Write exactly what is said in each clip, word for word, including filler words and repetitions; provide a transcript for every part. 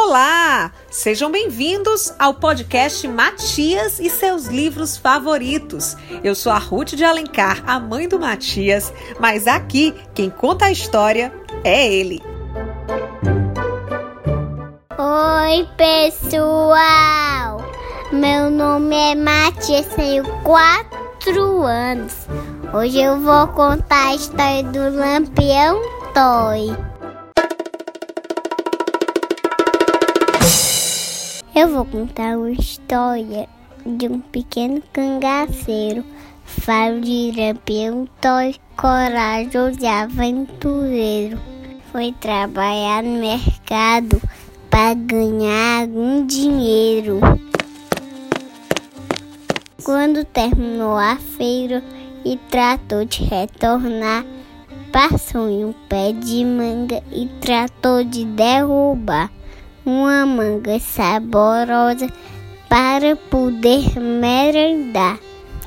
Olá! Sejam bem-vindos ao podcast Matias e seus livros favoritos. Eu sou a Ruth de Alencar, a mãe do Matias, mas aqui quem conta a história é ele. Oi, pessoal! Meu nome é Matias, tenho quatro anos. Hoje eu vou contar a história do Lampião Toy. Eu vou contar uma história de um pequeno cangaceiro. Falo de Lampião Toy, corajoso e aventureiro. Foi trabalhar no mercado para ganhar algum dinheiro. Quando terminou a feira e tratou de retornar, passou em um pé de manga e tratou de derrubar uma manga saborosa para poder merendar.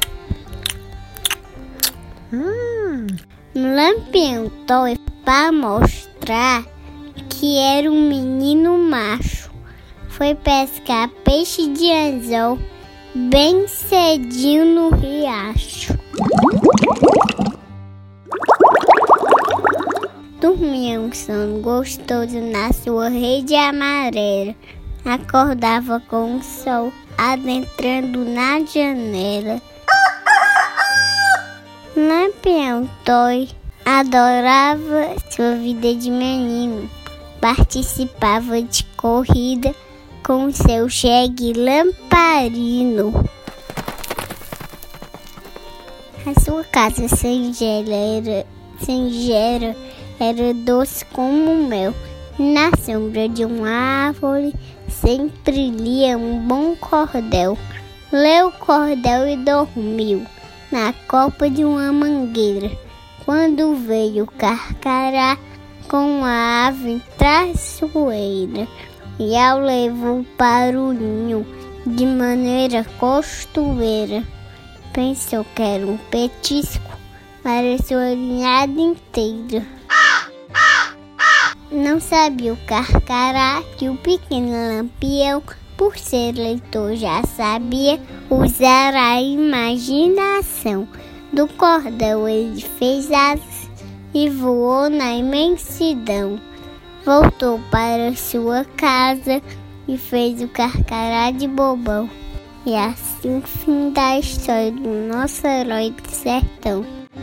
Hum. Lampião Toy, para mostrar que era um menino macho, foi pescar peixe de anzol bem cedinho no riacho. Dormia um sono gostoso na sua rede amarela. Acordava com o sol adentrando na janela. Lampião Toy adorava sua vida de menino. Participava de corrida com seu jegue lamparino. A sua casa singela era, singela era doce como mel. Na sombra de uma árvore sempre lia um bom cordel. Leu o cordel e dormiu na copa de uma mangueira. Quando veio o carcará com a ave traiçoeira, e ao levou para o ninho de maneira costureira. Pensou que era um petisco para sua linhada inteira. Não sabia o carcará que o pequeno Lampião, por ser leitor, já sabia usar a imaginação. Do cordel ele fez asas e voou na imensidão. Voltou para sua casa e fez o carcará de bobão. E assim o fim da história do nosso herói do sertão.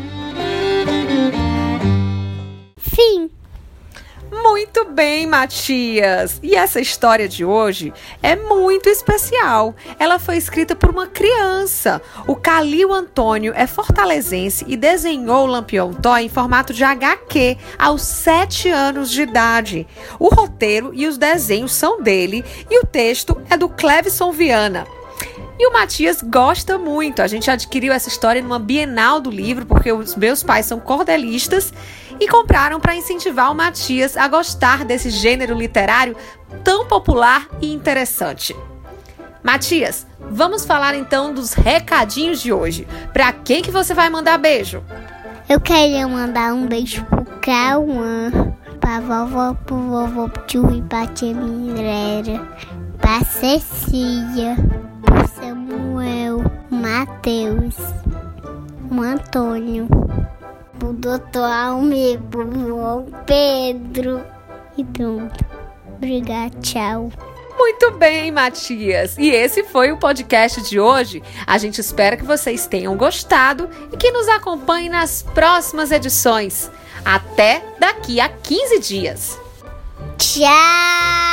Fim! Muito bem, Matias! E essa história de hoje é muito especial. Ela foi escrita por uma criança. O Calil Antônio é fortalezense e desenhou o Lampião Toy em formato de agá quê aos sete anos de idade. O roteiro e os desenhos são dele e o texto é do Clevison Viana. E o Matias gosta muito. A gente adquiriu essa história numa Bienal do Livro, porque os meus pais são cordelistas e compraram para incentivar o Matias a gostar desse gênero literário tão popular e interessante. Matias, vamos falar então dos recadinhos de hoje. Para quem que você vai mandar beijo? Eu queria mandar um beijo pro Cauã, pra vovó, pro vovô, pro tio e pra tia Mirera, pra Cecília, pro Samuel, Matheus, o Antônio, pro doutor Almir, pro João Pedro. E pronto. Obrigada, tchau. Muito bem, Matias! E esse foi o podcast de hoje. A gente espera que vocês tenham gostado e que nos acompanhem nas próximas edições. Até daqui a quinze dias. Tchau!